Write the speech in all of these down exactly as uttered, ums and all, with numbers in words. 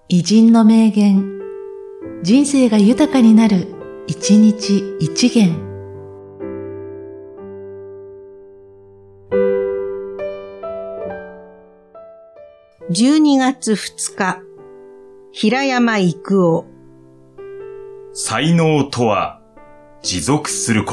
偉人の名言、人生が豊かになる、一日一元。 じゅうにがつふつか、平山郁夫。 才能とは持続すること。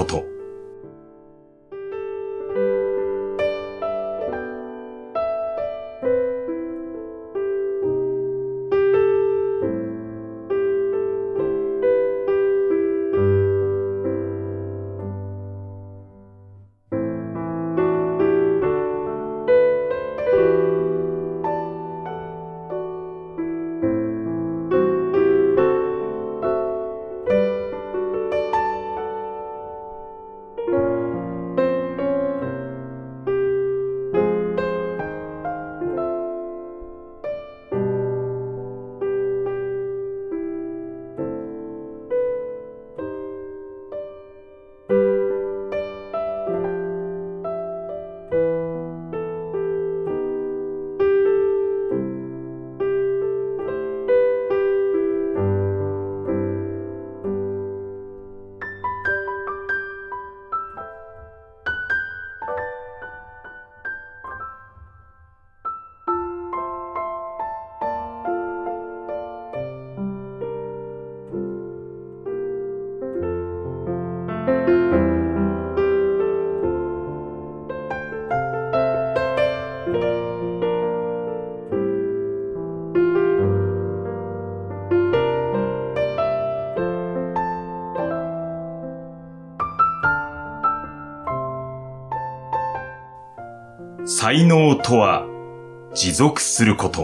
才能とは持続すること。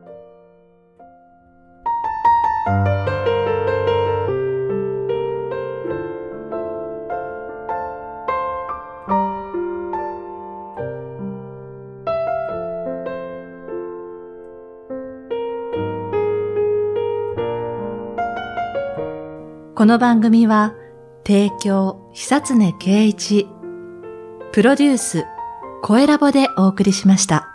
この番組は提供久常圭一、プロデュース声ラボでお送りしました。